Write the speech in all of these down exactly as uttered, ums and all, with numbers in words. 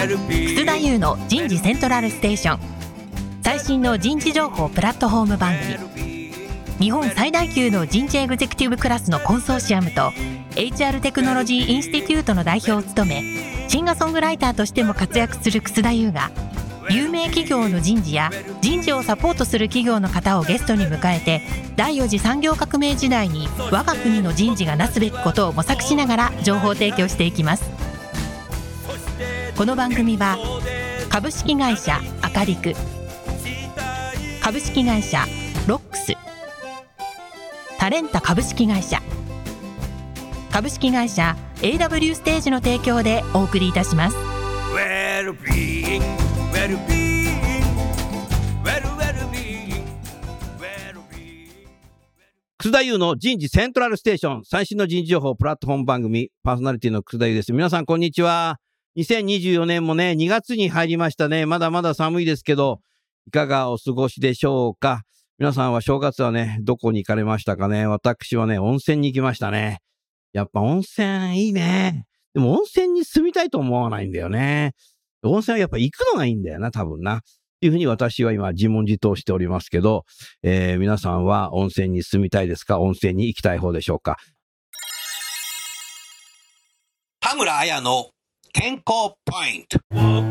楠田優の人事セントラルステーション、最新の人事情報プラットフォーム番組。日本最大級の人事エグゼクティブクラスのコンソーシアムと エイチアール テクノロジーインスティテュートの代表を務め、シンガーソングライターとしても活躍する楠田優が、有名企業の人事や人事をサポートする企業の方をゲストに迎えて、第四次産業革命時代に我が国の人事がなすべきことを模索しながら情報提供していきます。この番組は株式会社アカリク、株式会社ロックス、タレンタ株式会社、株式会社 エーダブリュー ステージの提供でお送りいたします。 楠田優の人事セントラルステーション、最新の人事情報プラットフォーム番組、パーソナリティの楠田優です。皆さんこんにちは。にせんにじゅうよねんもね、にがつに入りましたね。まだまだ寒いですけど、いかがお過ごしでしょうか。皆さんは正月はね、どこに行かれましたかね。私はね、温泉に行きましたね。やっぱ温泉いいね。でも温泉に住みたいと思わないんだよね。温泉はやっぱ行くのがいいんだよな、多分な。というふうに私は今自問自答しておりますけど、えー、皆さんは温泉に住みたいですか、温泉に行きたい方でしょうか。田村彩の健康ポイント。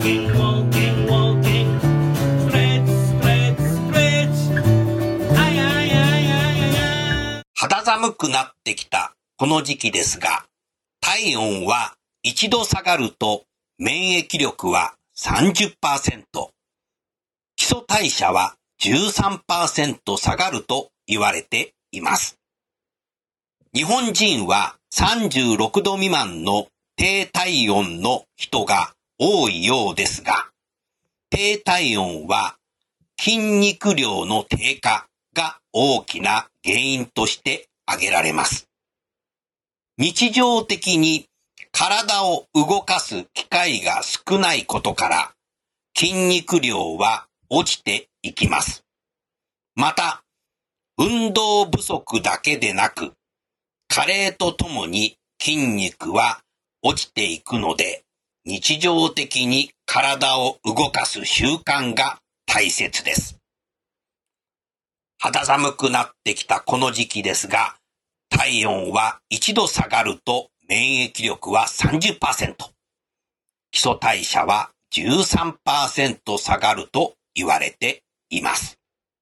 肌寒くなってきたこの時期ですが、体温はいちど下がると免疫力は さんじゅっパーセント、基礎代謝は じゅうさんパーセント 下がると言われています。日本人はさんじゅうろくど未満の低体温の人が多いようですが、低体温は筋肉量の低下が大きな原因として挙げられます。日常的に体を動かす機会が少ないことから筋肉量は落ちていきます。また、運動不足だけでなく、加齢とともに筋肉は落ちていくので、日常的に体を動かす習慣が大切です。肌寒くなってきたこの時期ですが、体温はいちど下がると免疫力は さんじゅっパーセント、基礎代謝は じゅうさんパーセント 下がると言われています。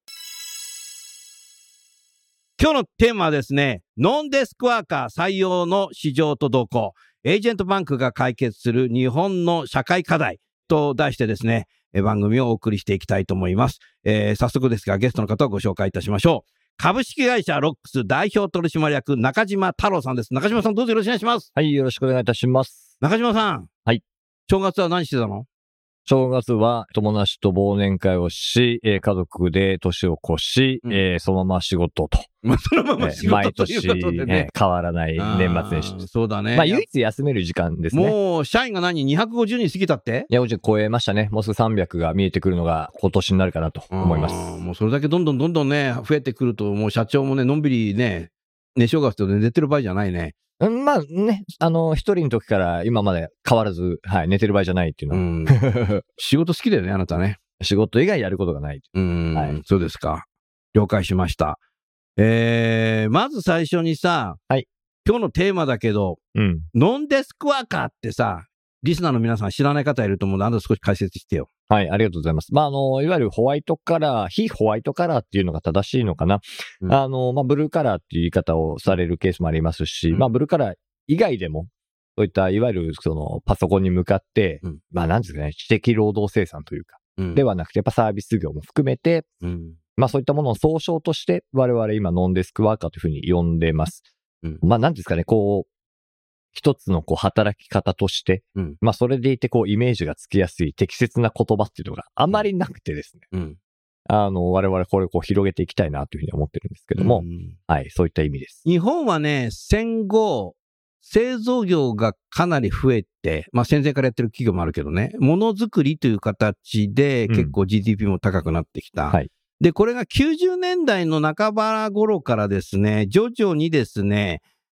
今日のテーマはですね、ノンデスクワーカー採用の市場と動向、エージェントバンクが解決する日本の社会課題と題してですね、番組をお送りしていきたいと思います。えー、早速ですがゲストの方をご紹介いたしましょう。株式会社ロックス代表取締役中島太郎さんです。中島さん、どうぞよろしくお願いします。 はい、よろしくお願いいたします。 中島さん。 はい。 正月は何してたの？ 正月は友達と忘年会をし、えー、家族で年を越し、うんえー、そのまま仕事と。 まあ、そのまま仕事ということでね。 毎年、えー、変わらない年末年始。 そうだね。 まあ、唯一休める時間ですね。 もう、社員が何 ?にひゃくごじゅうにん過ぎたって？ いや、超えましたね。もうすぐさんびゃくが見えてくるのが今年になるかなと思います。 もうそれだけどんどんどんどんね、増えてくると、もう社長もね、のんびりね、寝正月とね、寝てる場合じゃないね。 まあね、あの、一人の時から今まで変わらず、はい、寝てる場合じゃないっていうのは。 うん、仕事好きだよね、あなたね。 仕事以外やることがない。 うん、はい、そうですか。了解しました。えー、まず最初にさ、 はい、 今日のテーマだけど、うん、ノンデスクワーカーってさ、リスナーの皆さん知らない方いると思うので、あなた少し解説してよ。 はい、ありがとうございます。まあ、あの、いわゆるホワイトカラー、非ホワイトカラーっていうのが正しいのかな。うん、あの、まあ、ブルーカラーっていう言い方をされるケースもありますし、うん、まあ、ブルーカラー以外でも、そういった、いわゆる、その、パソコンに向かって、うん、まあ、なんですかね、知的労働生産というか、うん、ではなくて、やっぱサービス業も含めて、うん、まあ、そういったものを総称として、我々今、ノンデスクワーカーというふうに呼んでます。うん、まあ、なんですかね、こう、一つのこう働き方として、うん、まあそれでいてこうイメージがつきやすい適切な言葉っていうのがあまりなくてですね、うん、あの我々これをこう広げていきたいなというふうに思ってるんですけども、うん、はい、そういった意味です。 日本はね、戦後製造業がかなり増えて、まあ戦前からやってる企業もあるけどね、ものづくりという形で結構 ジーディーピー も高くなってきた。うんはい、でこれがきゅうじゅうねんだいの半ば頃からですね、徐々にですね。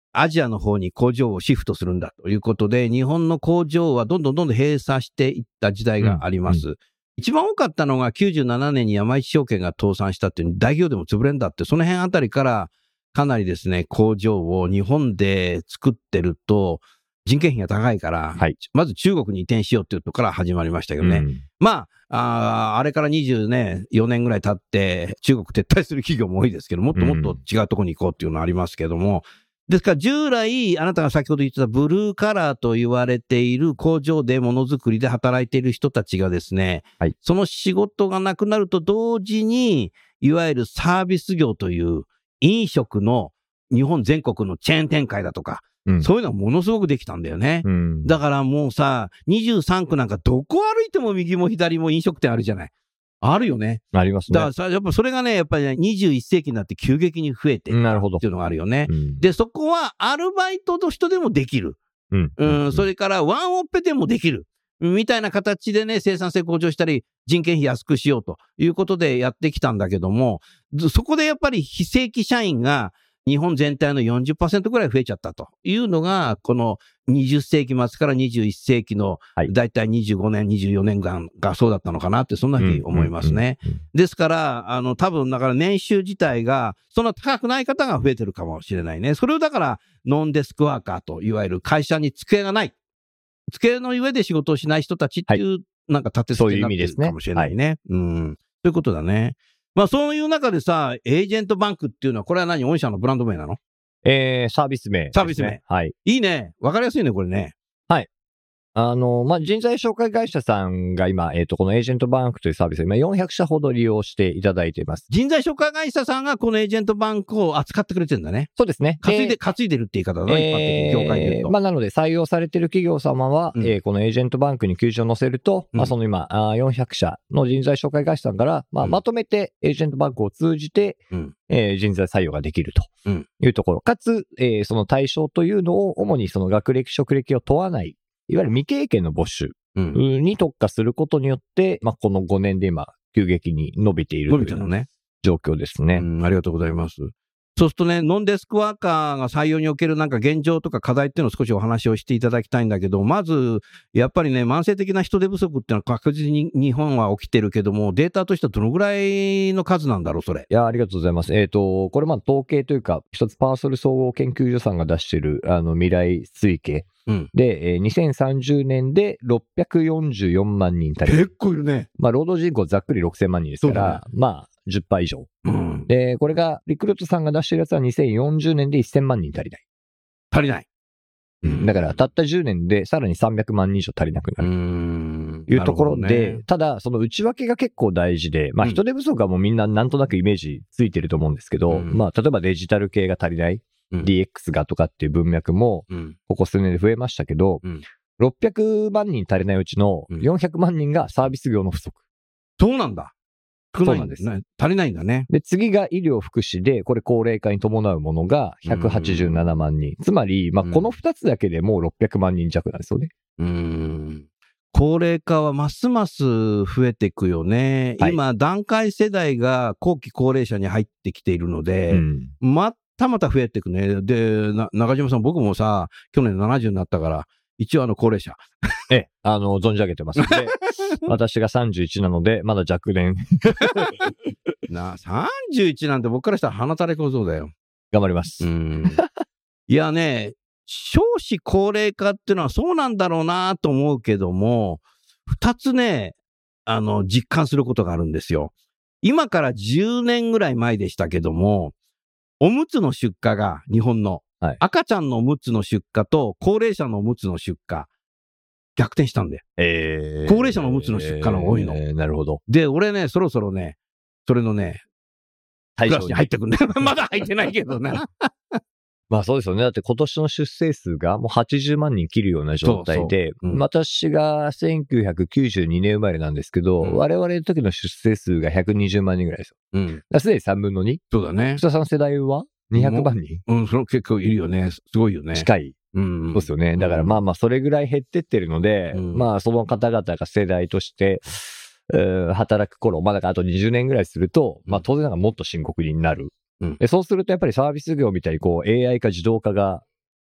アジアの方に工場をシフトするんだということで、日本の工場はどんどんどんどん閉鎖していった時代があります。うんうん、一番多かったのがきゅうじゅうななねんに山一証券が倒産したっていう大企業でも潰れんだって、その辺あたりからかなりですね、工場を日本で作ってると人件費が高いから、はい、まず中国に移転しようっていうところから始まりましたけどね。うん、まあ、あ、あれからにじゅうよねんぐらい経って中国撤退する企業も多いですけど、もっともっと違うところに行こうっていうのはありますけども、ですから従来あなたが先ほど言ってたブルーカラーと言われている工場でものづくりで働いている人たちがですね、はい、その仕事がなくなると同時にいわゆるサービス業という飲食の日本全国のチェーン展開だとか、うん、そういうのはものすごくできたんだよね、うん、だからもうさにじゅうさんくなんかどこ歩いても右も左も飲食店あるじゃない。あるよね。 ありますね。 だからさ、やっぱそれがね、やっぱり、ね、にじゅういっせいきになって急激に増えてなるほどっていうのがあるよね。うん、で、そこはアルバイトの人でもできる。うん。うん、それからワンオペでもできる。みたいな形でね、生産性向上したり、人件費安くしようということでやってきたんだけども、そこでやっぱり非正規社員が日本全体の よんじゅっパーセント ぐらい増えちゃったというのが、このにじゅっせいき末からにじゅういっせいきのだいたいにじゅうごねん、にじゅうよねんかんがそうだったのかなって、そんなふうに思いますね。ですから、あの、多分だから年収自体がそんな高くない方が増えてるかもしれないね。それをだからノンデスクワーカーといわゆる会社に机がない。机の上で仕事をしない人たちっていう、はい、なんか立て付けになってるかもしれないね。そういう意味ですね。はい、うん。そういうことだね。まあそういう中でさ、エージェントバンクっていうのは、これは何？御社のブランド名なの？ えー、サービス名、ね。 サービス名。はい。いいね。わかりやすいね、これね。 はい。あの、まあ、人材紹介会社さんが今、えっと、このエージェントバンクというサービスを今よんひゃくしゃほど利用していただいています。 人材紹介会社さんがこのエージェントバンクを扱ってくれてるんだね。 そうですね。 担いで、担いでるって言い方だな、えー、一般的に業界で言うと。 まあ、なので採用されている企業様は、うん、えー、このエージェントバンクに求人を載せると、うん、まあ、その今、あよんひゃくしゃの人材紹介会社さんから、まあ、まとめてエージェントバンクを通じて、うん、えー、人材採用ができるというところ。かつ、えー、その対象というのを主にその学歴、職歴を問わない、いわゆる未経験の募集に特化することによって、まあ、このごねんで今、急激に伸びているという状況ですね。 うん、ありがとうございます。そうするとね、ノンデスクワーカーが採用におけるなんか現状とか課題っていうのを少しお話をしていただきたいんだけど、まず、やっぱりね、慢性的な人手不足っていうのは確実に日本は起きてるけども、データとしてはどのぐらいの数なんだろう、それ。 いや、ありがとうございます。えっと、これまあ統計というか、一つパーソル総合研究所さんが出しているあの未来推計。うん、で、えー、にせんさんじゅうねんでろっぴゃくよんじゅうよんまんにん足りる。 結構いるね。 まあ、労働人口ざっくりろくせんまんにんですから、ね、まあ、じゅっパーセント以上。うん、で、これが、リクルートさんが出してるやつはにせんよんじゅうねんでせんまんにん足りない。 足りない。 うん、だから、たったじゅうねんでさらにさんびゃくまんにん以上足りなくなる。うーん。いうところで、ね、ただ、その内訳が結構大事で、まあ、人手不足はもうみんななんとなくイメージついてると思うんですけど、うん、まあ、例えばデジタル系が足りない。うん、ディーエックス がとかっていう文脈も、ここ数年で増えましたけど、うん、ろっぴゃくまんにん足りないうちのよんひゃくまんにんがサービス業の不足。 そうなんだ。少ないんですね。足りないんだね。 で、次が医療福祉で、これ高齢化に伴うものがひゃくはちじゅうななまんにん。つまり、まあ、このふたつだけでもうろっぴゃくまんにん弱なんですよね。 うーん。高齢化はますます増えていくよね。はい、今、団塊世代が後期高齢者に入ってきているので、うん、またまた増えていくね。で、な中島さん、僕もさ、去年ななじゅうになったから、一応あの高齢者。 ええ、あの、存じ上げてますので、私がさんじゅういちなので、まだ若年。 な、さんじゅういちなんて僕からしたら鼻垂れ小僧だよ。 頑張ります。 うんいやね、少子高齢化っていうのはそうなんだろうなと思うけども、二つね、あの、実感することがあるんですよ。今からじゅうねんぐらい前でしたけども、おむつの出荷が日本の、はい、赤ちゃんのおむつの出荷と高齢者のおむつの出荷、逆転したんだよ。えー、高齢者のおむつの出荷の方が多いの。 えー、なるほど。 で、俺ね、そろそろね、それのね、クラスに入ってくんだよ。まだ入ってないけどな。 まあそうですよね。だって今年の出生数がもうはちじゅうまんにん切るような状態で、そうそう、うん、私がせんきゅうひゃくきゅうじゅうにねん生まれなんですけど、うん、我々の時の出生数がひゃくにじゅうまんにんぐらいですよ。うん。だすでにさんぶんのに。 そうだね。 福田さん世代はにひゃくまんにん、 うん、うん、それ結構いるよね。すごいよね。 近い。うん。そうですよね。だからまあまあそれぐらい減ってってるので、うん、まあその方々が世代として、働く頃、まあだからあとにじゅうねんぐらいすると、まあ当然なんかもっと深刻になる。うん、でそうするとやっぱりサービス業みたいにこう エーアイ 化自動化が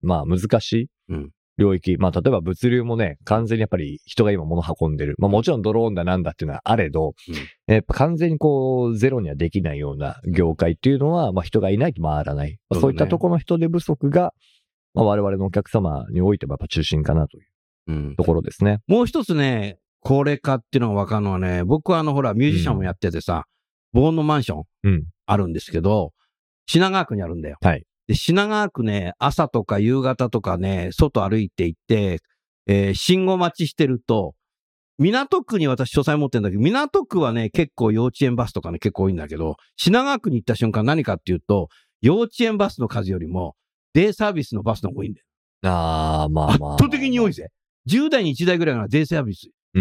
まあ難しいうん領域。まあ例えば物流もね、完全にやっぱり人が今物運んでる。まあもちろんドローンだなんだっていうのはあれど、 うん、 やっぱ完全にこうゼロにはできないような業界っていうのは、まあ人がいないと回らない。まあ、そういったところの人手不足が、まあ我々のお客様においてもやっぱ中心かなというところですね。 うん、もう一つね、高齢化っていうのが分かるのはね、僕はあのほらミュージシャンもやっててさ、うん、防音のマンションあるんですけど、品川区にあるんだよ。 はい。 で、品川区ね、朝とか夕方とかね、外歩いて行って、えー、信号待ちしてると、港区に私書斎持ってるんだけど、港区はね、結構幼稚園バスとかね、結構多いんだけど、品川区に行った瞬間何かっていうと、幼稚園バスの数よりも、デイサービスのバスの方が多いんだよ。 ああ、まあまあ、まあ。 圧倒的に多いぜ。じゅうだいにいちだいぐらいがデイサービス。 うん、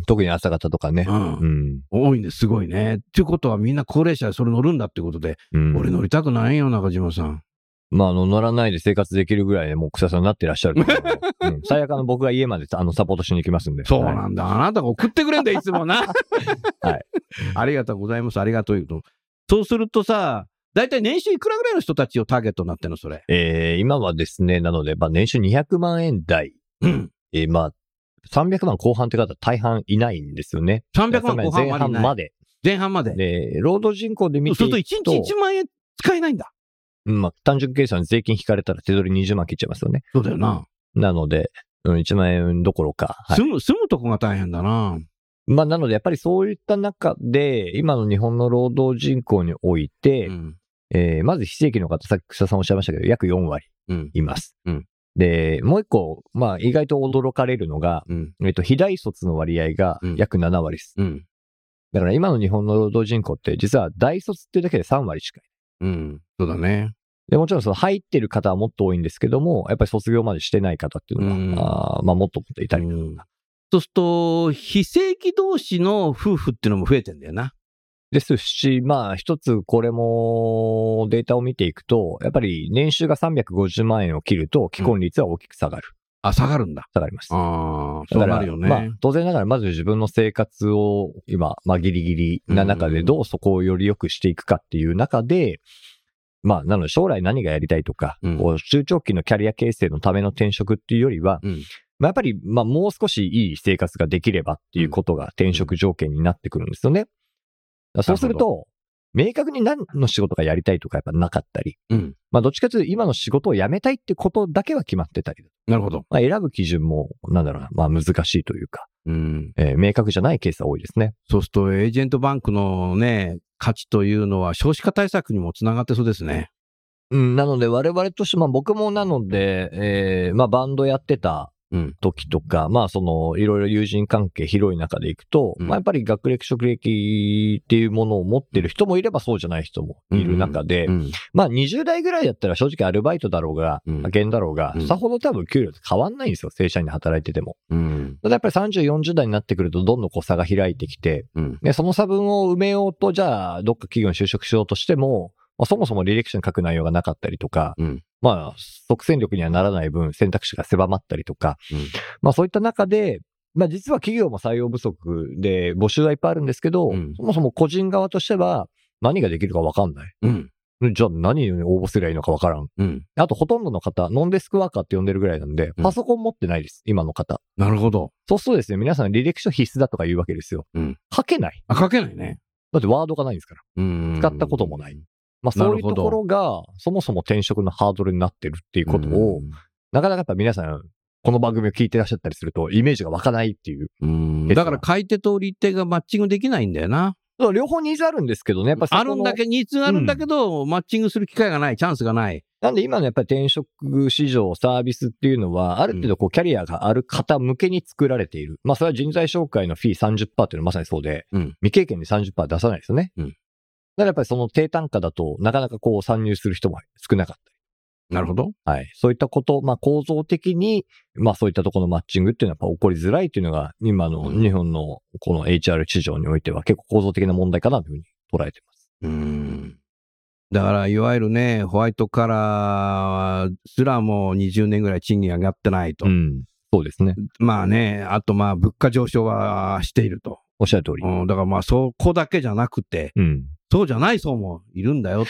特に朝方とかね。 うん。うん、多いんです、すごいね。っていうことはみんな高齢者でそれ乗るんだってことで、うん、俺乗りたくないよ、中島さん。 まあ、あの、乗らないで生活できるぐらいでもう草さんになってらっしゃると思う、うん。最悪の僕が家まであのサポートしに行きますんで。 そうなんだ。はい、あなたが送ってくれんだ、いつもな。 はい。 ありがとうございます。ありがとう。そうするとさ、だいたい年収いくらぐらいの人たちをターゲットになってるの、それ。 えー、今はですね、なので、まあ、年収にひゃくまんえん台。うん。えー、まあ、さんびゃくまん後半って方大半いないんですよね。 さんびゃくまん後半前半まで。 前半まで。 で、労働人口で見ていくと。 そうするといちにちいちまんえん使えないんだ。 うん、まあ、単純計算で税金引かれたら手取りにじゅうまん切っちゃいますよね。 そうだよな。 なので、うん、いちまんえんどころか。 はい、住む、住むとこが大変だな。 まあ、なので、やっぱりそういった中で、今の日本の労働人口において、うん、えー、まず非正規の方、さっき草さんおっしゃいましたけど、約よんわりいます。うんうん、で、もう一個、まあ、意外と驚かれるのが、うん、えっと、非大卒の割合が約ななわりです。うん、だから今の日本の労働人口って、実は大卒っていうだけでさんわりしかいない。 うん、そうだね。 で、もちろんその入ってる方はもっと多いんですけども、やっぱり卒業までしてない方っていうのは、うん、あまあもっともっといたりとか、うん。 そうすると、非正規同士の夫婦っていうのも増えてんだよな。 ですし、まあ一つこれもデータを見ていくと、やっぱり年収がさんびゃくごじゅうまんえんを切ると既婚率は大きく下がる。 うん、あ、下がるんだ。 下がります。 ああ、そうなるよね。 まあ当然ながらまず自分の生活を今、まあギリギリな中でどうそこをより良くしていくかっていう中で、まあ、なので将来何がやりたいとか、うん、こう中長期のキャリア形成のための転職っていうよりは、うん、まあ、やっぱり、まあ、もう少しいい生活ができればっていうことが転職条件になってくるんですよね。うん、そうすると、明確に何の仕事がやりたいとかやっぱなかったり、うん、まあ、どっちかというと今の仕事を辞めたいってことだけは決まってたり。 なるほど。 まあ、選ぶ基準も、なんだろうな、まあ、難しいというか、うんえー、明確じゃないケースが多いですね。 そうすると、エージェントバンクのね、価値というのは少子化対策にもつながってそうですね。 うん、なので我々として、まあ僕もなので、えー、まあバンドやってた時とか、うん、まあそのいろいろ友人関係広い中でいくと、うん、まあやっぱり学歴職歴っていうものを持ってる人もいればそうじゃない人もいる中で、うんうん、まあにじゅうだいぐらいだったら正直アルバイトだろうが、派遣だろうが、さほど多分給料って変わんないんですよ、正社員で働いてても。うん、ただやっぱりさんじゅう、よんじゅうだいになってくるとどんどんこう差が開いてきて、うんで、その差分を埋めようと、じゃあどっか企業に就職しようとしても、まあ、そもそも履歴書に書く内容がなかったりとか、うん、まあ、即戦力にはならない分選択肢が狭まったりとか、うん、まあそういった中で、まあ実は企業も採用不足で募集はいっぱいあるんですけど、うん、そもそも個人側としては何ができるかわかんない。うん、じゃあ何に応募すればいいのかわからん。うん、あとほとんどの方、ノンデスクワーカーって呼んでるぐらいなんで、パソコン持ってないです、今の方。 なるほど。 そうするとですね、皆さん履歴書必須だとか言うわけですよ。うん、書けない。 あ、書けないね。 だってワードがないんですから。うん使ったこともない。まあそういうところが、そもそも転職のハードルになってるっていうことを、なかなかやっぱ皆さん、この番組を聞いてらっしゃったりすると、イメージが湧かないっていう。 うんだから買い手と売り手がマッチングできないんだよな。 両方ニーズあるんですけどね。やっぱあるんだけど、ニーズあるんだけど、うん、マッチングする機会がない、チャンスがない。 なんで今のやっぱり転職市場、サービスっていうのは、ある程度こうキャリアがある方向けに作られている。まあそれは人材紹介のフィー さんじゅっパーセント っていうのはまさにそうで、うん、未経験で さんじゅっパーセント 出さないですよね。うんだからやっぱりその低単価だとなかなかこう参入する人も少なかったり。なるほど。 はい。そういったこと、まあ構造的に、まあそういったところのマッチングっていうのはやっぱ起こりづらいっていうのが今の日本のこの エイチアール 市場においては結構構造的な問題かなというふうに捉えています。 うーん。だからいわゆるね、ホワイトカラーすらもにじゅうねんぐらい賃金上がってないと。うん。 そうですね。 まあね、あとまあ物価上昇はしていると。 おっしゃる通り。 うん。だからまあそこだけじゃなくて、うん。そうじゃない層もいるんだよと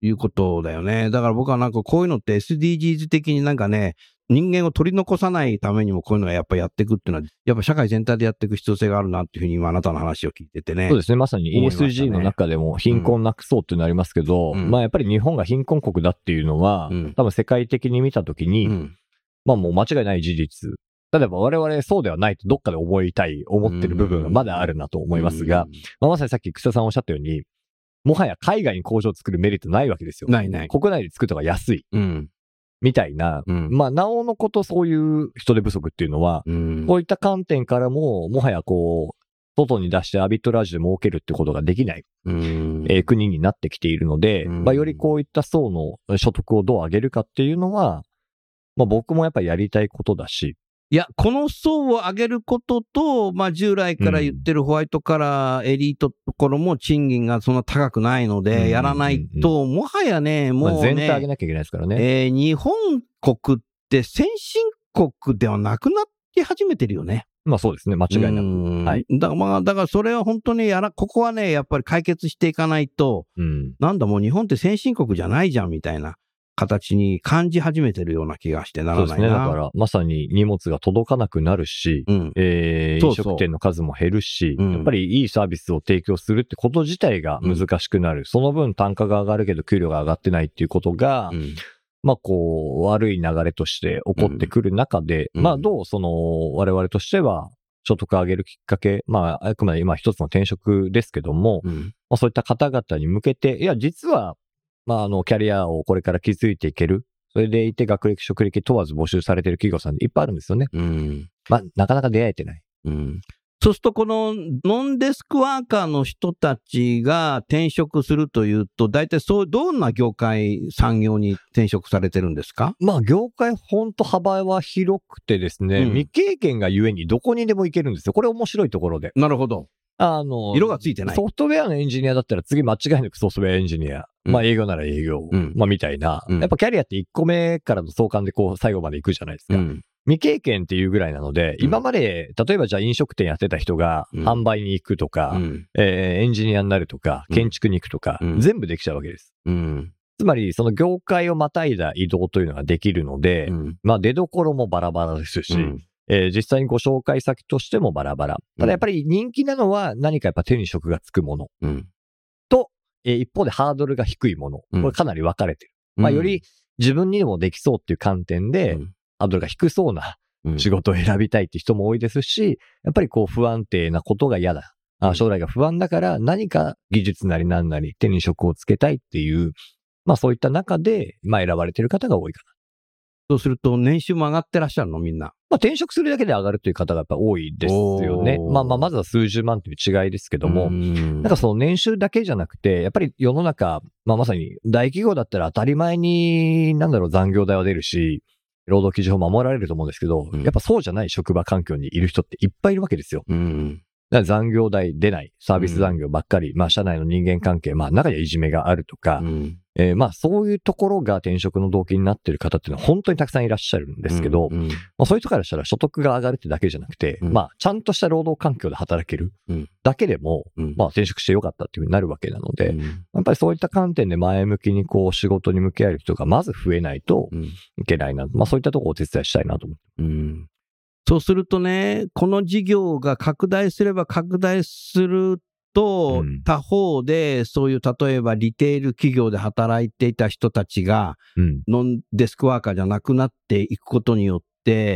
いうことだよね。だから僕はなんかこういうのって エスディージーズ 的になんかね、人間を取り残さないためにもこういうのはやっぱやっていくっていうのは、やっぱ社会全体でやっていく必要性があるなっていうふうに今あなたの話を聞いててね。 そうですね。まさに イーエスジー の中でも貧困なくそうっていうのありますけど、うん、まあやっぱり日本が貧困国だっていうのは、うん、多分世界的に見たときに、うん、まあもう間違いない事実。例えば我々そうではないとどっかで思いたい、思ってる部分がまだあるなと思いますが、まあ、まさにさっき草田さんおっしゃったように、もはや海外に工場を作るメリットないわけですよ。 ないない。 国内で作るのが安い。うん、みたいな。うん、まあ、なおのことそういう人手不足っていうのは、うん、こういった観点からも、もはやこう、外に出してアービトラージュで儲けるってことができない、うんえー、国になってきているので、うんまあ、よりこういった層の所得をどう上げるかっていうのは、まあ、僕もやっぱりやりたいことだし、 いや、この層を上げることと、まあ従来から言ってるホワイトカラー、エリートところも賃金がそんな高くないので、やらないと、もはやね、もうね、 まあ、全体上げなきゃいけないですからね。 えー、日本国って先進国ではなくなって始めてるよね。 まあそうですね、間違いなく。はい。 だからまあ、だからそれは本当にやら、ここはね、やっぱり解決していかないと、うん、なんだもう日本って先進国じゃないじゃんみたいな。形に感じ始めてるような気がしてならないな。 そうですね。だから、まさに荷物が届かなくなるし、うん、えー、飲食店の数も減るし、うん、やっぱりいいサービスを提供するってこと自体が難しくなる。うん、その分単価が上がるけど給料が上がってないっていうことが、うん、まあこう、悪い流れとして起こってくる中で、うん、まあどうその、我々としては、所得を上げるきっかけ、まあ、あくまで今一つの転職ですけども、うん、まあそういった方々に向けて、いや、実は、まあ、あの、キャリアをこれから築いていける。それでいて学歴、職歴問わず募集されている企業さんでいっぱいあるんですよね。うん。まあ、なかなか出会えてない。 うん。そうすると、このノンデスクワーカーの人たちが転職するというと、大体そう、どんな業界、産業に転職されてるんですか？ まあ、業界ほんと幅は広くてですね、うん、未経験がゆえにどこにでも行けるんですよ。これ面白いところで。 なるほど。 あの、 色がついてない。 ソフトウェアのエンジニアだったら次間違いなくソフトウェアエンジニア。うん、まあ営業なら営業。うん、まあみたいな、うん。やっぱキャリアっていっこめからの相関でこう最後まで行くじゃないですか。うん、未経験っていうぐらいなので、今まで、例えばじゃあ飲食店やってた人が販売に行くとか、うんえー、エンジニアになるとか、建築に行くとか、うん、全部できちゃうわけです。うん、つまりその業界をまたいだ移動というのができるので、うん、まあ出所もバラバラですし、うんえー、実際にご紹介先としてもバラバラ。ただやっぱり人気なのは何かやっぱ手に職がつくもの。うん、と、えー、一方でハードルが低いもの。これかなり分かれてる。うん、まあより自分にでもできそうっていう観点で、うん、ハードルが低そうな仕事を選びたいって人も多いですし、やっぱりこう不安定なことが嫌だ。あ、将来が不安だから何か技術なり何なり手に職をつけたいっていう、まあそういった中で、まあ選ばれてる方が多いかな。 そうすると年収も上がってらっしゃるのみんな。 まあ転職するだけで上がるという方がやっぱ多いですよね。まあまあまずは数十万という違いですけども、んなんかその年収だけじゃなくて、やっぱり世の中、まあまさに大企業だったら当たり前になんだろう残業代は出るし、労働基準法守られると思うんですけど、うん、やっぱそうじゃない職場環境にいる人っていっぱいいるわけですよ。うんだから残業代出ない、サービス残業ばっかり、うん、まあ社内の人間関係、まあ中にはいじめがあるとか、うんえー、まあそういうところが転職の動機になっている方っていうのは本当にたくさんいらっしゃるんですけど、うんうんまあ、そういう人からしたら所得が上がるってだけじゃなくて、うん、まあちゃんとした労働環境で働けるだけでも、うん、まあ転職してよかったっていうふうになるわけなので、うん、やっぱりそういった観点で前向きにこう仕事に向き合える人がまず増えないといけないな、まあそういったところをお手伝いしたいなと思って。うんそうするとね、この事業が拡大すれば拡大すると、うん、他方でそういう例えばリテール企業で働いていた人たちが、うん、ノンデスクワーカーじゃなくなっていくことによって、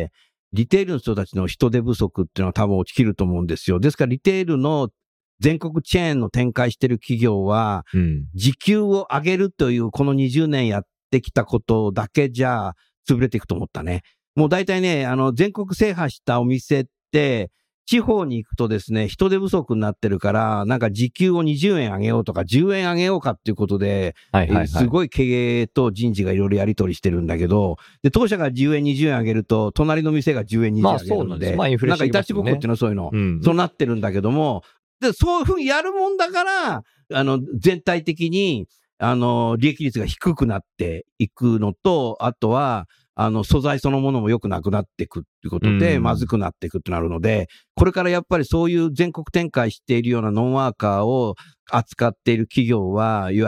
リテールの人たちの人手不足っていうのは多分落ちきると思うんですよ。ですからリテールの全国チェーンの展開している企業は、うん、時給を上げるというこのにじゅうねんやってきたことだけじゃ潰れていくと思ったね。もう大体ね、あの、全国制覇したお店って、地方に行くとですね、人手不足になってるから、なんか時給をにじゅうえん上げようとか、じゅうえん上げようかっていうことで、はいはいはい、すごい経営と人事がいろいろやり取りしてるんだけど、で、当社がじゅうえん、にじゅうえん上げると、隣の店がじゅうえん、にじゅうえん上げるので、まあ、そうなんです。まあ、インフレしてますよね。なんかいたちごっこっていうのはそういうの、うん、そうなってるんだけども、で、そういうふうにやるもんだから、あの、全体的に、あの、利益率が低くなっていくのと、あとは、あの、素材そのものも良くなくなっていくっていうことで、まずくなっていくってなるので、これからやっぱりそういう全国展開しているようなノンワーカーを扱っている企業は、いわゆる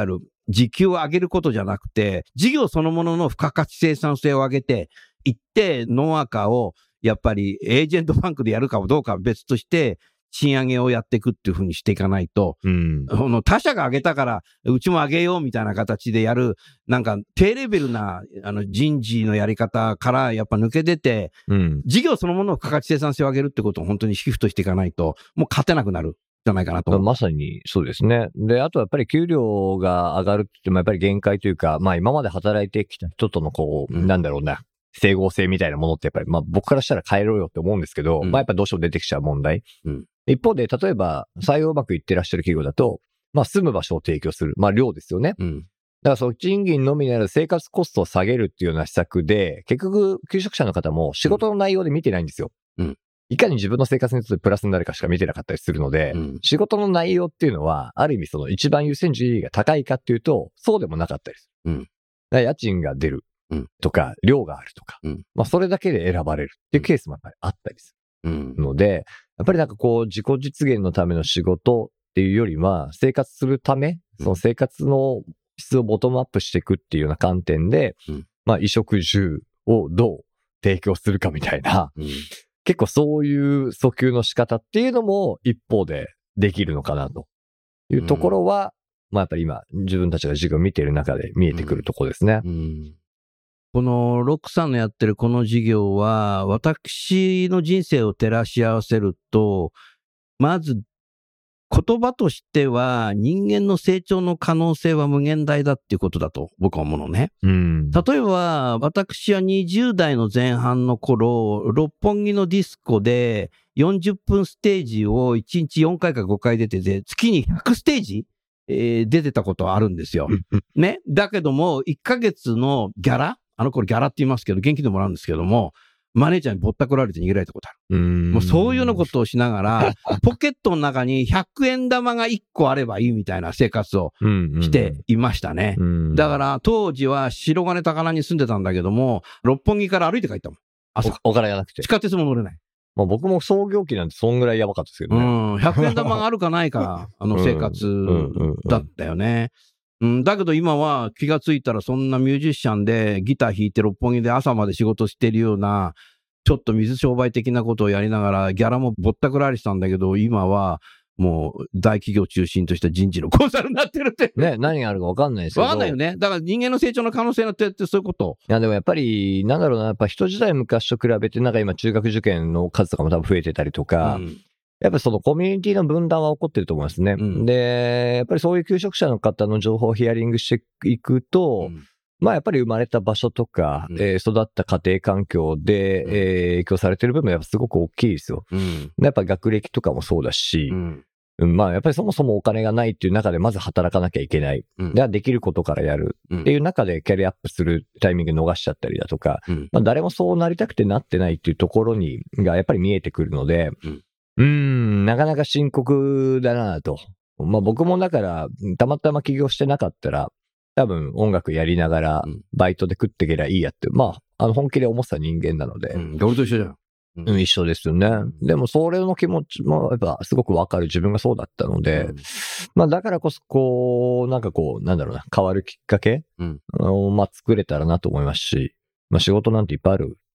時給を上げることじゃなくて、事業そのものの付加価値生産性を上げて、一定ノンアーカーをやっぱりエージェントバンクでやるかどうかは別として、賃上げをやっていくっていうふうにしていかないと、うん、この他社が上げたから、うちも上げようみたいな形でやる、なんか低レベルなあの人事のやり方からやっぱ抜け出て、うん、事業そのものの付加価値生産性を上げるってことを本当にシフトしていかないと、もう勝てなくなる。じゃないかなと。 まさにそうですね。で、あとはやっぱり給料が上がるって言ってもやっぱり限界というか、まあ今まで働いてきた人とのこう、うん、なんだろうな、整合性みたいなものってやっぱり、まあ僕からしたら変えろよって思うんですけど、うん、まあやっぱどうしても出てきちゃう問題。うん、一方で、例えば採用うまくいってらっしゃる企業だと、まあ住む場所を提供する。まあ量ですよね。うん、だからその賃金のみならず生活コストを下げるっていうような施策で、結局求職者の方も仕事の内容で見てないんですよ。うん、いかに自分の生活にとってプラスになるかしか見てなかったりするので、うん、仕事の内容っていうのは、ある意味その一番優先順位が高いかっていうと、そうでもなかったりする。うん、だから家賃が出るとか、量があるとか、うん、まあそれだけで選ばれるっていうケースもやっぱりあったりする。ので、やっぱりなんかこう自己実現のための仕事っていうよりは、生活するため、その生活の質をボトムアップしていくっていうような観点で、うん、まあ衣食住をどう提供するかみたいな、うん、結構そういう訴求の仕方っていうのも一方でできるのかなというところは、うん、まあやっぱり今自分たちが授業を見ている中で見えてくるところですね。うんうん、 このロックさんのやってるこの事業は、私の人生を照らし合わせると、まず言葉としては人間の成長の可能性は無限大だっていうことだと僕は思うのね。うん、例えば私はにじゅう代の前半の頃、六本木のディスコでよんじゅっぷんステージをいちにちよんかいかごかい出てて、月にひゃくステージ、えー、出てたことはあるんですよ。ね。だけどもいっかげつのギャラ、あの頃ギャラって言いますけど、現金でもらうんですけども、マネージャーにぼったくられて逃げられたことある。うーんもうそういうようなことをしながら、ポケットの中にひゃくえん玉がいっこあればいいみたいな生活をしていましたね。うんうんうん、だから当時は白金高輪に住んでたんだけども、六本木から歩いて帰ったもん。朝。 お, お金がなくて。 地下鉄も乗れない。 まあ、僕も創業期なんてそんぐらいやばかったですけどね。 うん。ひゃくえん玉があるかないか、あの生活だったよね。うん、だけど今は気がついたらそんなミュージシャンでギター弾いて六本木で朝まで仕事してるようなちょっと水商売的なことをやりながらギャラもぼったくられてたんだけど、今はもう大企業中心とした人事のコンサルになってるって。 ね、何があるか分かんないですけど。 分かんないよね。だから人間の成長の可能性のってってそういうこと。 いやでもやっぱり、なんだろうな、やっぱ人自体昔と比べてなんか今中学受験の数とかも多分増えてたりとか、うん、やっぱりそのコミュニティの分断は起こってると思いますね。うん、で、やっぱりそういう求職者の方の情報をヒアリングしていくと、うん、まあやっぱり生まれた場所とか、うんえー、育った家庭環境で、うんえー、影響されてる部分はやっぱすごく大きいですよ。うん、やっぱ学歴とかもそうだし、うんうん、まあやっぱりそもそもお金がないっていう中でまず働かなきゃいけない。うん、でできることからやるっていう中でキャリアアップするタイミング逃しちゃったりだとか、うんまあ、誰もそうなりたくてなってないっていうところにがやっぱり見えてくるので、うんうーん、なかなか深刻だなと。まあ僕もだから、たまたま起業してなかったら、多分音楽やりながら、バイトで食っていけりゃいいやって、まあ、あの本気で思ってた人間なので。 うん、俺と一緒じゃん。 うん、一緒ですよね。でもそれの気持ちもやっぱすごくわかる自分がそうだったので、うん、まあだからこそこう、なんかこう、なんだろうな、変わるきっかけ、うん、まあ作れたらなと思いますし、まあ仕事なんていっぱいあるって、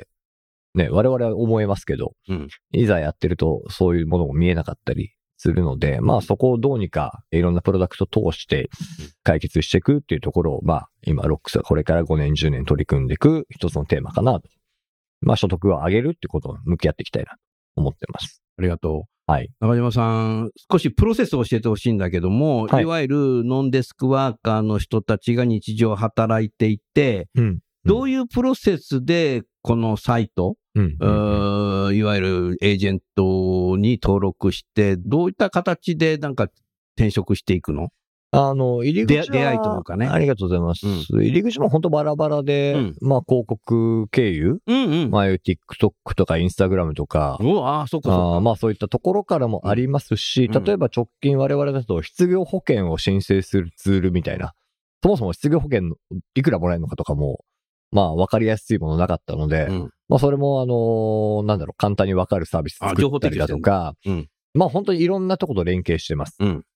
ね、我々は思いますけど、うん、いざやってるとそういうものも見えなかったりするので、まあそこをどうにかいろんなプロダクトを通して解決していくっていうところを、まあ今ロックスはこれからごねんじゅうねん取り組んでいく一つのテーマかなと。まあ所得を上げるってことを向き合っていきたいなと思ってます。 ありがとう。はい。 中島さん、少しプロセスを教えてほしいんだけども、はい、いわゆるノンデスクワーカーの人たちが日常働いていて、うん、どういうプロセスでこのサイト、うんうんうん、いわゆるエージェントに登録して、どういった形でなんか転職していくの？ あの、入り口は、 出会いというかね。 ありがとうございます。うん、入り口も本当バラバラで、うん、まあ広告経由、うんうん、まあ TikTok とか Instagram とか、 うわあ、そっかそっか。 あまあそういったところからもありますし、うん、例えば直近我々だと失業保険を申請するツールみたいな、そもそも失業保険いくらもらえるのかとかも、まあ分かりやすいものなかったので、うん、まあそれもあのー、なんだろう、簡単に分かるサービス作ったりだとか、うん、まあ本当にいろんなところと連携してます。うん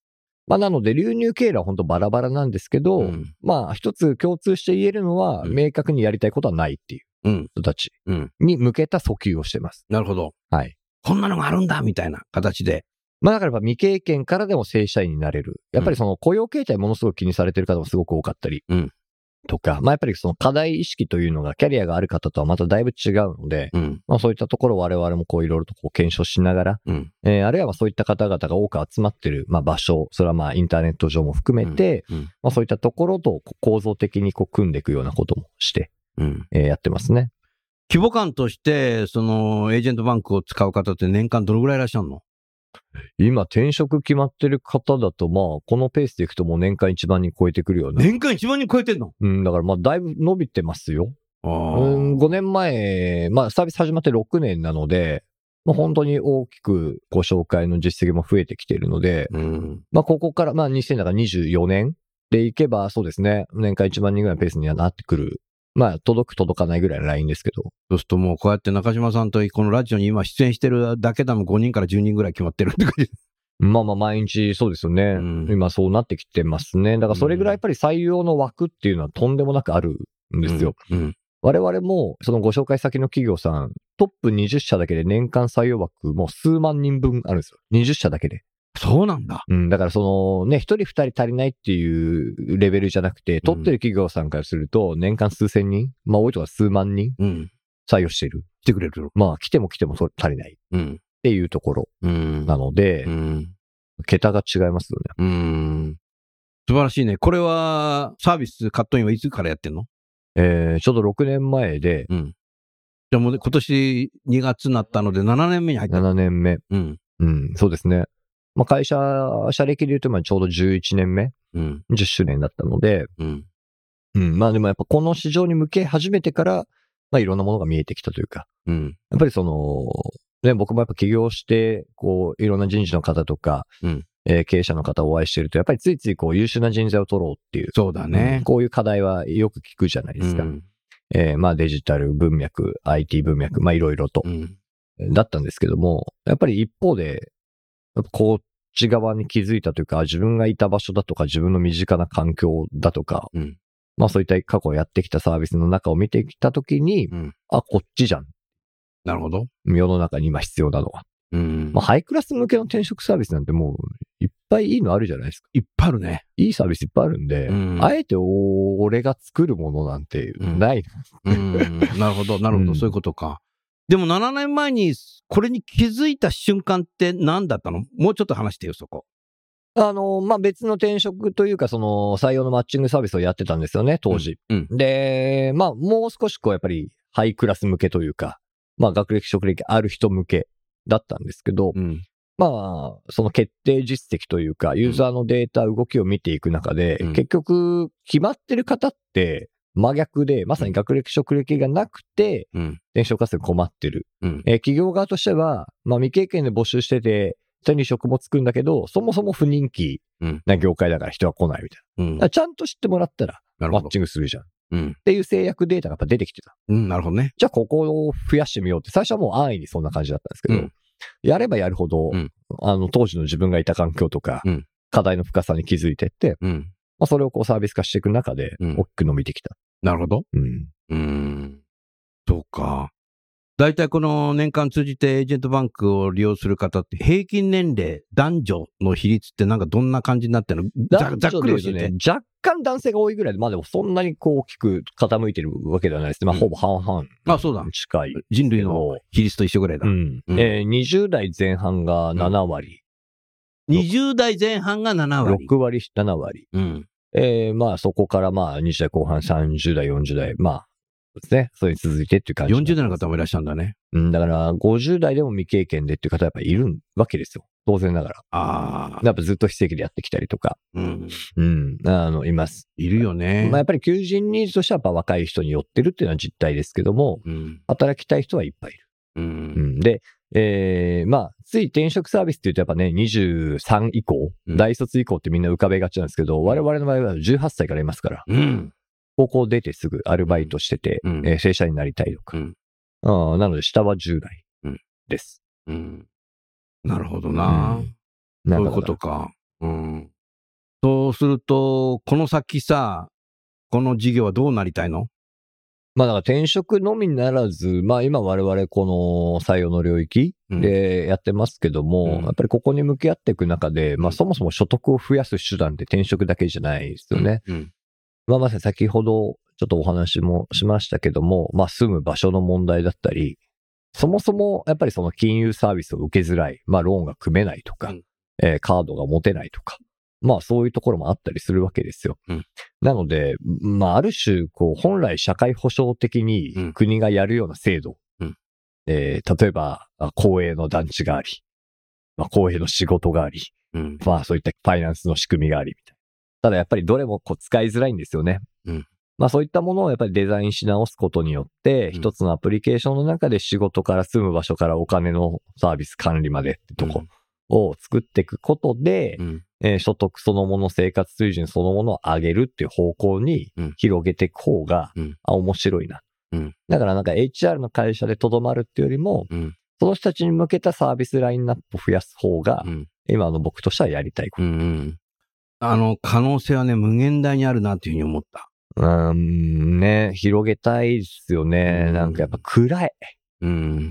まあ、なので、流入経路は本当バラバラなんですけど、 うん、 まあ、一つ共通して言えるのは、 うん、 明確にやりたいことはないっていう人たちに向けた訴求をしてます。 なるほど。 はい。 こんなのがあるんだみたいな形で。 まあだからやっぱ未経験からでも正社員になれる。やっぱりその雇用形態ものすごく気にされてる方もすごく多かったり。うん。とか、まあやっぱりその課題意識というのがキャリアがある方とはまただいぶ違うので、うん、まあそういったところを我々もこういろいろとこう検証しながら、うん、えー、あるいはまあそういった方々が多く集まってるまあ場所、それはまあインターネット上も含めて、うんうん、まあそういったところと構造的にこう組んでいくようなこともして、うん、えー、やってますね。 規模感として、そのエージェントバンクを使う方って年間どのぐらいいらっしゃるの？ 今、転職決まってる方だと、まあ、このペースでいくともう年間いちまんにん超えてくるよね。 年間いちまんにん超えてんの？ うん、だからまあ、だいぶ伸びてますよ。あうん、ごねんまえ、まあ、サービス始まってろくねんなので、まあ、本当に大きくご紹介の実績も増えてきているので、うん、まあ、ここから、まあ、にせんにじゅうよねんでいけば、そうですね、年間いちまんにんぐらいのペースにはなってくる。まあ、届く届かないぐらいのラインですけど。 そうするともうこうやって中島さんとこのラジオに今出演してるだけでもごにんからじゅうにんぐらい決まってるって感じ。 まあまあ毎日そうですよね、うん。今そうなってきてますね。だからそれぐらいやっぱり採用の枠っていうのはとんでもなくあるんですよ。うんうん、我々もそのご紹介先の企業さん、トップにじゅっしゃだけで年間採用枠もう数万人分あるんですよ。にじゅっしゃだけで。 そうなんだ。 うん。だからそのね、一人二人足りないっていうレベルじゃなくて、取ってる企業さんからすると年間数千人、まあ多いとか数万人採用している。 来てくれる。 まあ来ても来てもそれ足りない。うん。っていうところなので、うん、桁が違いますよね。 うん。素晴らしいね。これはサービスカットインはいつからやってんの？ えー、ちょうどろくねんまえで、うん、 じゃあもう、ね、今年にがつになったのでななねんめに入った。 ななねんめ。うん。うん、そうですね。まあ、会社、社歴で言うと、まあ、ちょうどじゅういちねんめ、うん、じゅっしゅうねんだったので、うん。うん、まあでもやっぱこの市場に向け始めてから、まあいろんなものが見えてきたというか、うん。やっぱりその、ね、僕もやっぱ起業して、こう、いろんな人事の方とか、うん。えー、経営者の方をお会いしてると、やっぱりついついこう優秀な人材を取ろうっていう。 そうだね。 うん、こういう課題はよく聞くじゃないですか。うん、えー、まあデジタル文脈、アイティー 文脈、まあいろいろと、うん。だったんですけども、やっぱり一方で、こっち側に気づいたというか、自分がいた場所だとか、自分の身近な環境だとか、うん。まあそういった過去やってきたサービスの中を見てきたときに、うん、あ、こっちじゃん。 なるほど。 世の中に今必要なのは。うん。まあハイクラス向けの転職サービスなんてもういっぱいいいのあるじゃないですか。 いっぱいあるね。 いいサービスいっぱいあるんで、うん、あえて俺が作るものなんてない。 うん。うん、なるほど、なるほど、うん、そういうことか。でもななねんまえにこれに気づいた瞬間って何だったの？もうちょっと話してよ、そこ。 あの、まあ、別の転職というか、その、採用のマッチングサービスをやってたんですよね、当時。うんうん、で、まあ、もう少しこう、やっぱり、ハイクラス向けというか、まあ、学歴、職歴ある人向けだったんですけど、うん、まあ、その決定実績というか、ユーザーのデータ、動きを見ていく中で、うん、結局、決まってる方って、真逆で、まさに学歴、職歴がなくて、うん、転職活動に困ってる、うんえー。企業側としては、まあ、未経験で募集してて、人に職もつくんだけど、そもそも不人気な業界だから人は来ないみたいな。うん、だからちゃんと知ってもらったら、マッチングするじゃん。うん、っていう制約データがやっぱ出てきてた。 うん、なるほどね。 じゃあここを増やしてみようって、最初はもう安易にそんな感じだったんですけど、うん、やればやるほど、うん、あの、当時の自分がいた環境とか、うん、課題の深さに気づいてって、うんまあ、それをこうサービス化していく中で、大きく伸びてきた。 なるほど。うん。うん。そうか。大体この年間通じてエージェントバンクを利用する方って平均年齢、男女の比率ってなんかどんな感じになってるの？ざ, ざっくり教えて、ね。 若干男性が多いぐらいで、まあでもそんなにこう大きく傾いてるわけではないですね。まあほぼ半々。 あ、そうだ。 近い。 人類の比率と一緒ぐらいだ。うん。 うん、えー、にじゅう代前半がななわり。 うん、にじゅう代前半がななわり。 ろくわり、ななわり。うん。えー、まあそこからまあにじゅう代後半、さんじゅう代、よんじゅう代。まあ。ですね。それに続いてっていう感じ。 よんじゅう代の方もいらっしゃるんだね。 うん、だから、ごじゅう代でも未経験でっていう方はやっぱりいるわけですよ。当然ながら。 ああ。 やっぱずっと非正規でやってきたりとか。うん。うん。あの、います。 いるよね。 まあやっぱり求人ニーズとしてはやっぱ若い人に寄ってるっていうのは実態ですけども、うん、働きたい人はいっぱいいる。うん。うん、で、えー、まあ、つい転職サービスって言うとやっぱね、にじゅうさん以降、うん、大卒以降ってみんな浮かべがちなんですけど、我々の場合はじゅうはっさいからいますから。うん。高校出てすぐアルバイトしてて、うんえー、正社員になりたいとか。うん、あなので、下はじゅう代です。 うんうん、なるほどな、うん。そういうことか。うん、 そうすると、この先さ、この事業はどうなりたいの？ まあだから転職のみならず、まあ今我々この採用の領域でやってますけども、うん、やっぱりここに向き合っていく中で、まあそもそも所得を増やす手段って転職だけじゃないですよね。うんうん、まあまさに先ほどちょっとお話もしましたけども、まあ住む場所の問題だったり、そもそもやっぱりその金融サービスを受けづらい、まあローンが組めないとか、うんえー、カードが持てないとか、まあそういうところもあったりするわけですよ。うん、なので、まあある種、こう本来社会保障的に国がやるような制度、うんえー、例えば公営の団地があり、まあ、公営の仕事があり、うん、まあそういったファイナンスの仕組みがありみたいな。ただやっぱりどれもこう使いづらいんですよね。うんまあそういったものをやっぱりデザインし直すことによって、一つのアプリケーションの中で仕事から住む場所からお金のサービス管理までってとこを作っていくことで、うんえー、所得そのもの、生活水準そのものを上げるっていう方向に広げていく方が、うん、あ、面白いな。うん、だからなんか エイチアール の会社でとどまるっていうよりも、うん、その人たちに向けたサービスラインナップを増やす方が、うん、今の僕としてはやりたいこと。うんうん、 あの、可能性はね、無限大にあるなっていうふうに思った。 うーん、ね、広げたいですよね。うん、なんかやっぱ暗い。 うん。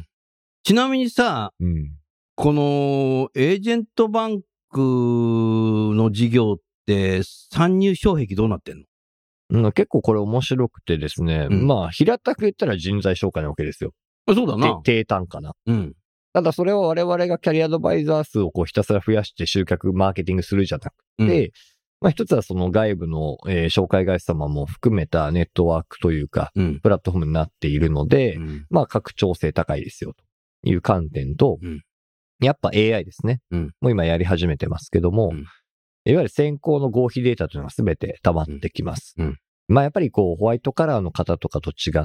ちなみにさ、うん、このエージェントバンクの事業って参入障壁どうなってんの？ うん、結構これ面白くてですね。うん、まあ、平たく言ったら人材紹介なわけですよ。 あ、そうだな。 低単価な。うん。ただそれを我々がキャリアアドバイザー数をこうひたすら増やして集客マーケティングするじゃなくて、うんまあ一つはその外部の、えー、紹介会社様も含めたネットワークというか、うん、プラットフォームになっているので、うん、まあ拡張性高いですよという観点と、うん、やっぱ エーアイ ですね、うん。もう今やり始めてますけども、うん、いわゆる先行の合否データというのが全て溜まってきます。うんうん、まあやっぱりこうホワイトカラーの方とかと違って、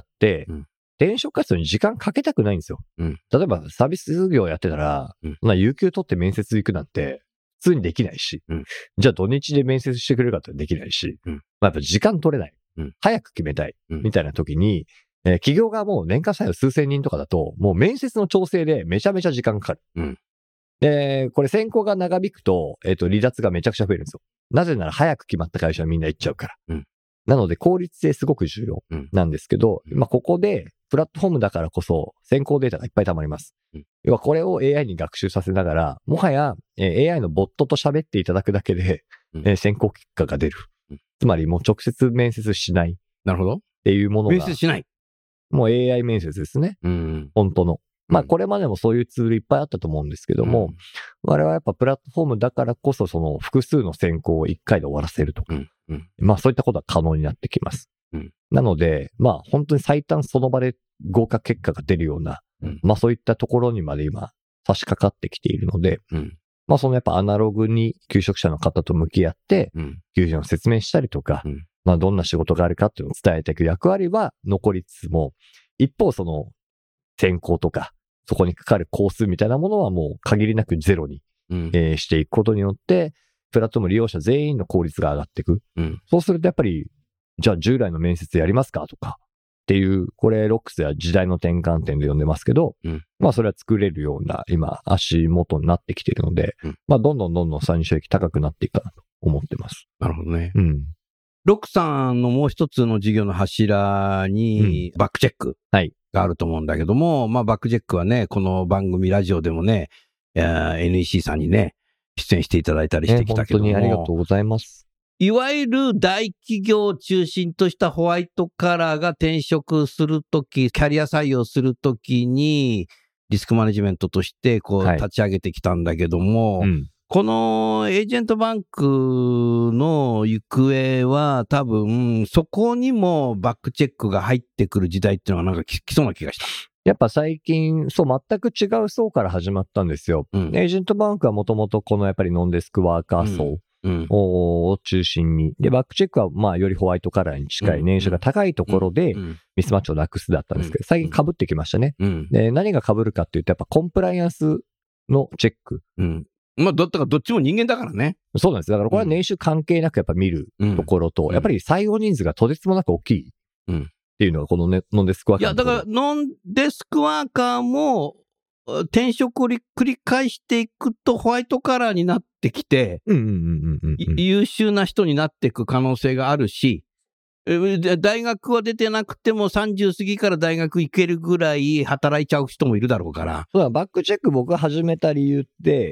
うん、転職活動に時間かけたくないんですよ。うん、例えばサービス業やってたら、うん、まあ有給取って面接行くなんて、普通にできないし、うん、じゃあ土日で面接してくれるかってできないし、うん、まあやっぱ時間取れない、うん、早く決めたい、うん、みたいな時に、えー、企業がもう年間採用数千人とかだと、もう面接の調整でめちゃめちゃ時間かかる。うん、で、これ選考が長引くと、えっと、離脱がめちゃくちゃ増えるんですよ。なぜなら早く決まった会社はみんな行っちゃうから。うん、なので効率性すごく重要なんですけど、うん、まあここで、プラットフォームだからこそ先行データがいっぱい溜まります。うん、要はこれを エーアイ に学習させながら、もはや、えー、エーアイ のボットと喋っていただくだけで、うんえー、選考結果が出る。うん、つまりもう直接面接しない。 なるほど。 っていうものが。 面接しない。 もう エーアイ 面接ですね。うん、本当の。まあこれまでもそういうツールいっぱいあったと思うんですけども、うん、我々はやっぱプラットフォームだからこそその複数の選考をいっかいで終わらせるとか、うんうん、まあそういったことは可能になってきます。うん、なので、まあ本当に最短その場で合格結果が出るような、うん、まあそういったところにまで今差し掛かってきているので、うん、まあそのやっぱアナログに求職者の方と向き合って、うん、求人を説明したりとか、うん、まあどんな仕事があるかっていうのを伝えていく役割は残りつつも、一方その選考とか、そこにかかる工数みたいなものはもう限りなくゼロに、うんえー、していくことによって、プラットフォーム利用者全員の効率が上がっていく。うん、そうするとやっぱり、じゃあ従来の面接やりますかとかっていう、これロックスや時代の転換点で呼んでますけど、うん、まあそれは作れるような今足元になってきているので、うん、まあどんどんどんどん参入収益高くなっていくかなと思ってます。 なるほどね。うん。ロックさんのもう一つの事業の柱にバックチェックがあると思うんだけども、うん、まあバックチェックはね、この番組ラジオでもね、エヌイーシー さんにね、出演していただいたりしてきたけども、 ね、本当にありがとうございます。 いわゆる大企業を中心としたホワイトカラーが転職するとき、キャリア採用するときに、リスクマネジメントとしてこう立ち上げてきたんだけども、はいうん、このエージェントバンクの行方は多分、そこにもバックチェックが入ってくる時代っていうのがなんか来そうな気がした。 やっぱ最近、そう、全く違う層から始まったんですよ。うん、エージェントバンクはもともとこのやっぱりノンデスクワーカー層、うんうん、を中心に。で、バックチェックは、まあ、よりホワイトカラーに近い年収が高いところで、ミスマッチをなくすだったんですけど、最近被ってきましたね。うん、で、何が被るかっていうと、やっぱコンプライアンスのチェック。 うん、まあ、だったらどっちも人間だからね。 そうなんです。だからこれは年収関係なくやっぱ見るところと、うん、やっぱり採用人数がとてつもなく大きい。っていうのがこのね、ノンデスクワーカー。 いや、だから、ノンデスクワーカーも、 転職を繰り返していくとホワイトカラーになってきて、 うんうんうんうんうん、 優秀な人になっていく可能性があるし、大学は出てなくてもさんじゅう過ぎから大学行けるぐらい働いちゃう人もいるだろうから。 そうだ、バックチェック僕が始めた理由って、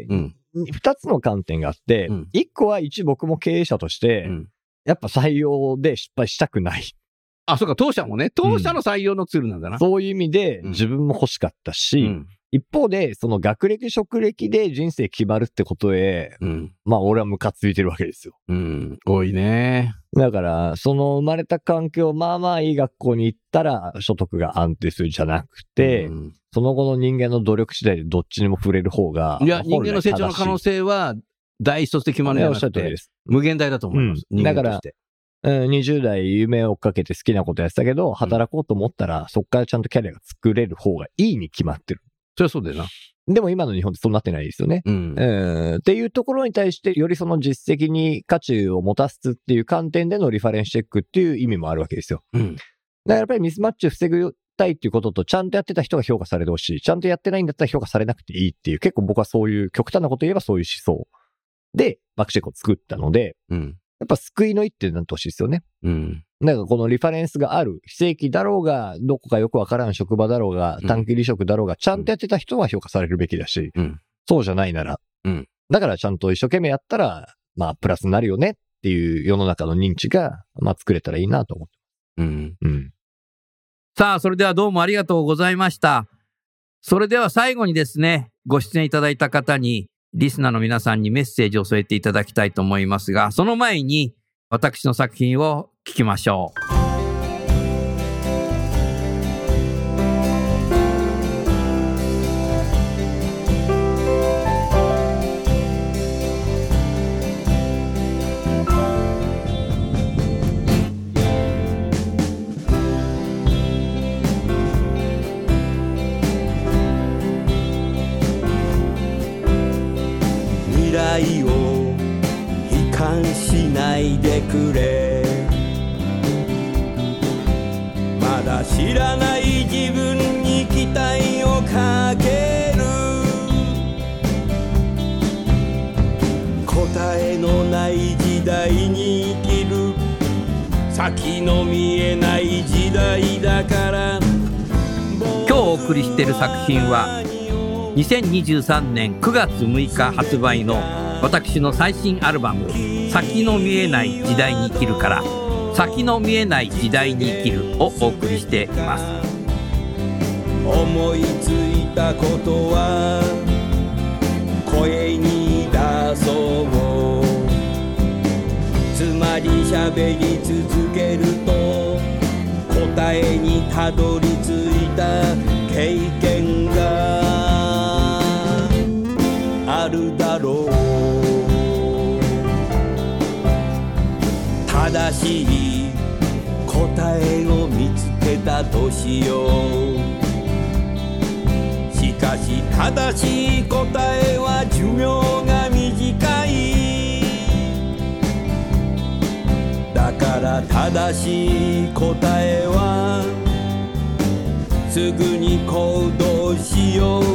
うん、ふたつの観点があって、うん、いっこは一僕も経営者として、うん、やっぱ採用で失敗したくない。 あ、そうか、当社もね、当社の採用のツールなんだな。 うん、そういう意味で自分も欲しかったし、うん、一方で、その学歴、職歴で人生決まるってことへ、うん、まあ俺はムカついてるわけですよ。 うん、多いね。 だから、その生まれた環境、まあまあいい学校に行ったら所得が安定するじゃなくて、うん、その後の人間の努力次第でどっちにも触れる方が。 いや、人間の成長の可能性は、第一卒で決まるんじゃなくて、無限大だと思います。 うん、だから、うん、にじゅう代夢を追っかけて好きなことやってたけど、働こうと思ったら、うん、そっからちゃんとキャリアが作れる方がいいに決まってる。 そりゃそうだよな。 でも今の日本ってそうなってないですよね。うん。うん、っていうところに対して、よりその実績に価値を持たすっていう観点でのリファレンスチェックっていう意味もあるわけですよ。うん。だからやっぱりミスマッチを防ぐたいっていうことと、ちゃんとやってた人が評価されてほしい。ちゃんとやってないんだったら評価されなくていいっていう、結構僕はそういう極端なこと言えばそういう思想でバックチェックを作ったので、うん。やっぱ救いの一手になってほしいですよね。うん。なんかこのリファレンスがある、非正規だろうが、どこかよくわからん職場だろうが、短期離職だろうが、ちゃんとやってた人は評価されるべきだし、うん、そうじゃないなら、うん、だからちゃんと一生懸命やったら、まあプラスになるよねっていう世の中の認知が、まあ作れたらいいなと思ってます。うん。 うん。さあ、それではどうもありがとうございました。それでは最後にですね、ご出演いただいた方に、リスナーの皆さんにメッセージを添えていただきたいと思いますが、その前に私の作品を聞きましょう。 未来を悲観しないでくれ、まだ知らない自分に期待をかける、答えのない時代に生きる、先の見えない時代だから。 今日お送りしている作品はにせんにじゅうさんねんくがつむいか発売の私の最新アルバム先の見えない時代に生きるから先の見えない時代に生きるをお送りしています。 思いついたことは声に出そう、つまり喋り続けると答えにたどり着いた経験があるだろう。正しい答えを見つけたとしよう。しかし正しい答えは寿命が短い。だから正しい答えはすぐに行動しよう。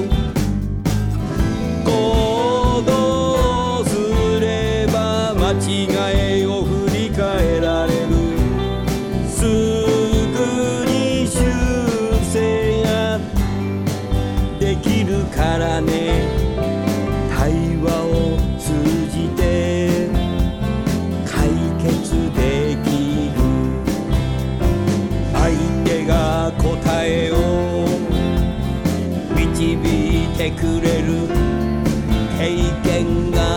行動すれば間違いを振り返られる。すぐに修正ができるからね。対話を通じて解決できる。相手が答えを導いてくれる経験が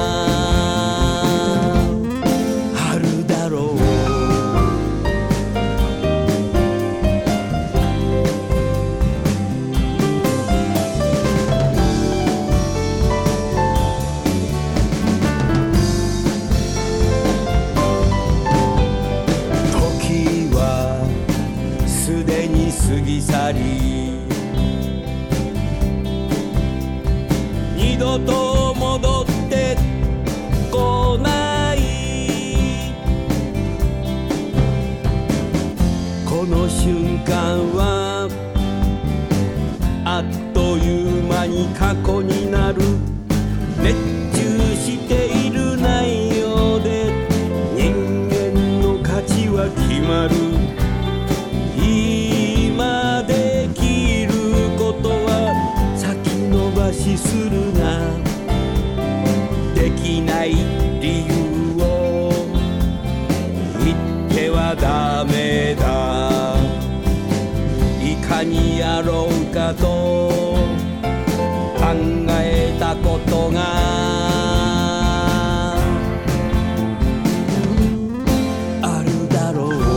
あるだろう。時はすでに過ぎ去り、二度と戻ってこない。この瞬間はあっという間に過去になる熱中している内容で人間の価値は決まる今できることは先延ばしするなできない理由を言ってはダメだいかにやろうかと考えたことがあるだろう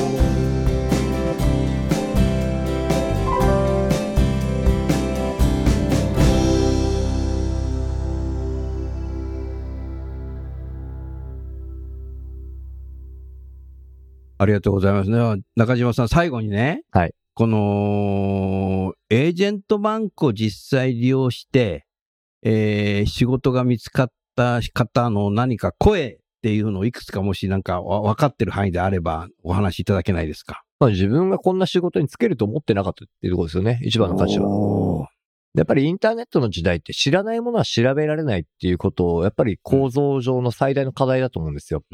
ありがとうございますね。中島さん、最後にね、 はい、 このエージェントバンクを実際利用して、えー、仕事が見つかった方の何か声っていうのをいくつかもしなんか分かってる範囲であればお話しいただけないですか。 まあ、自分がこんな仕事に就けると思ってなかったっていうところですよね、一番の価値は。やっぱりインターネットの時代って知らないものは調べられないっていうことをやっぱり構造上の最大の課題だと思うんですよ。 うん、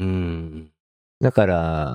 だから、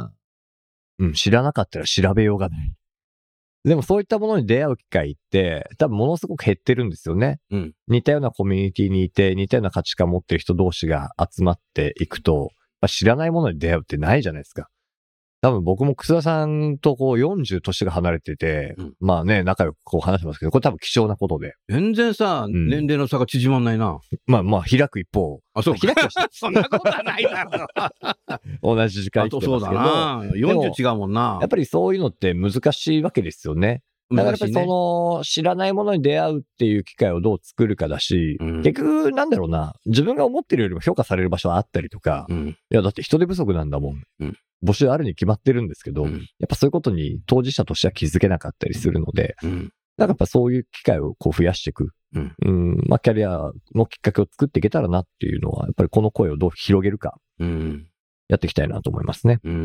うん、知らなかったら調べようがない。でもそういったものに出会う機会って多分ものすごく減ってるんですよね。 うん、 似たようなコミュニティにいて似たような価値観を持ってる人同士が集まっていくと、まあ、知らないものに出会うってないじゃないですか。多分僕も楠田さんとこうよんじゅう年が離れてて、うん、まあね、仲良くこう話してますけど、これ多分貴重なことで。 全然さ、うん、年齢の差が縮まんないな。 まあまあ、開く一方。 あ、そう。 開くはしてそんなことはないだろう。 同じ時間生きてますけど。 そうだな。よんじゅう違うもんな。 やっぱりそういうのって難しいわけですよね。だからやっぱりその、知らないものに出会うっていう機会をどう作るかだし、うん、結局なんだろうな、自分が思ってるよりも評価される場所はあったりとか、うん、いやだって人手不足なんだもん。うん募集あるに決まってるんですけど、うん、やっぱそういうことに当事者としては気づけなかったりするので、うん、だからやっぱそういう機会をこう増やしていく、うんうん、まあキャリアのきっかけを作っていけたらなっていうのは、やっぱりこの声をどう広げるか、うん、やっていきたいなと思いますね。うんうん、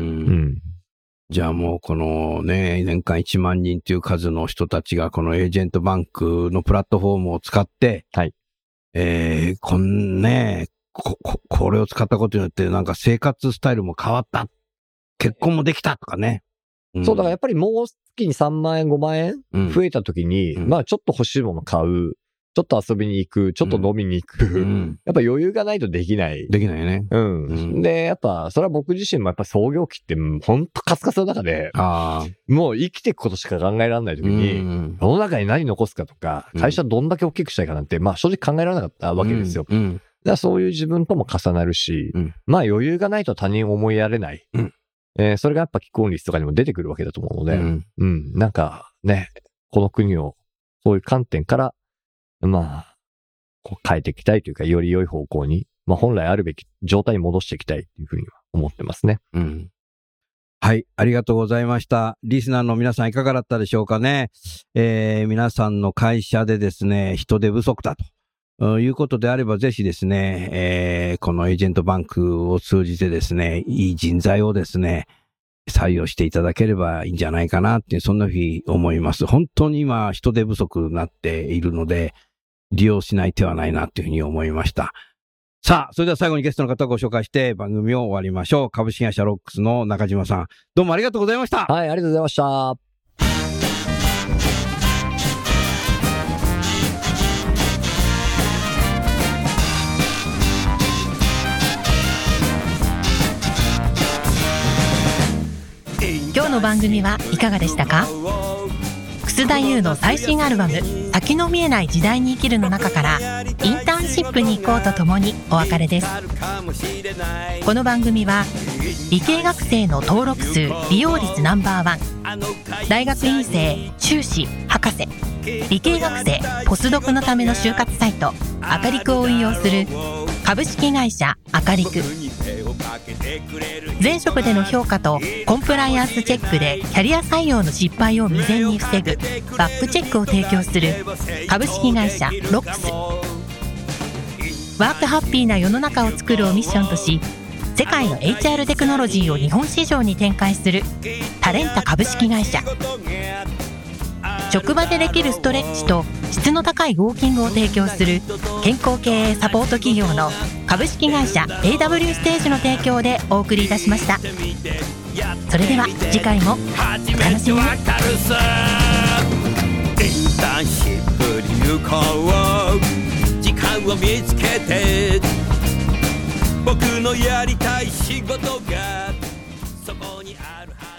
じゃあもうこのね、年間いちまんにんという数の人たちがこのエージェントバンクのプラットフォームを使って、はい、えー、こんね、こ、こ、これを使ったことによってなんか生活スタイルも変わった。結婚もできたとかね。 うん、そう、だからやっぱりもう月にさんまんえん、ごまんえん増えた時に、うん、まあちょっと欲しいもの買う、ちょっと遊びに行く、ちょっと飲みに行く、うん、やっぱ余裕がないとできない。 できないね。 うん。うん、で、やっぱ、それは僕自身もやっぱ創業期って、ほんとカスカスの中で、あもう生きていくことしか考えられない時に、うん、世の中に何残すかとか、会社どんだけ大きくしたいかなんて、まあ正直考えられなかったわけですよ。うんうん、だからそういう自分とも重なるし、うん、まあ余裕がないと他人を思いやれない。うんえー、それがやっぱ既婚率とかにも出てくるわけだと思うので、うん、うん、なんかね、この国をそういう観点から、まあ、こう変えていきたいというか、より良い方向に、まあ本来あるべき状態に戻していきたいというふうには思ってますね。 うん。はい、ありがとうございました。リスナーの皆さんいかがだったでしょうかね。えー、皆さんの会社でですね、人手不足だと。いうことであれば、ぜひですね、えー、このエージェントバンクを通じてですね、いい人材をですね、採用していただければいいんじゃないかなって、そんなふうに思います。本当に今、人手不足になっているので、利用しない手はないなっていうふうに思いました。さあ、それでは最後にゲストの方をご紹介して番組を終わりましょう。株式会社ロックスの中島さん、どうもありがとうございました。 はい、ありがとうございました。今日の番組はいかがでしたか？楠田優の最新アルバム「先の見えない時代に生きる」の中からインターンシップに行こうとともにお別れです。この番組は理系学生の登録数利用率ナンバーワン、大学院生修士博士理系学生ポスドクのための就活サイトアカリクを運用する株式会社アカリク、前職での評価とコンプライアンスチェックでキャリア採用の失敗を未然に防ぐバックチェックを提供する株式会社ロックス。ワークハッピーな世の中を作るをミッションとし、世界の エイチアール テクノロジーを日本市場に展開するタレンタ株式会社。 職場でできるストレッチと質の高いウォーキングを提供する健康経営サポート企業の株式会社 エーダブリュー ステージの提供でお送りいたしました。それでは次回もお楽しみに。インターンシップに行こう、時間を見つけて、僕のやりたい仕事がそこにあるはず。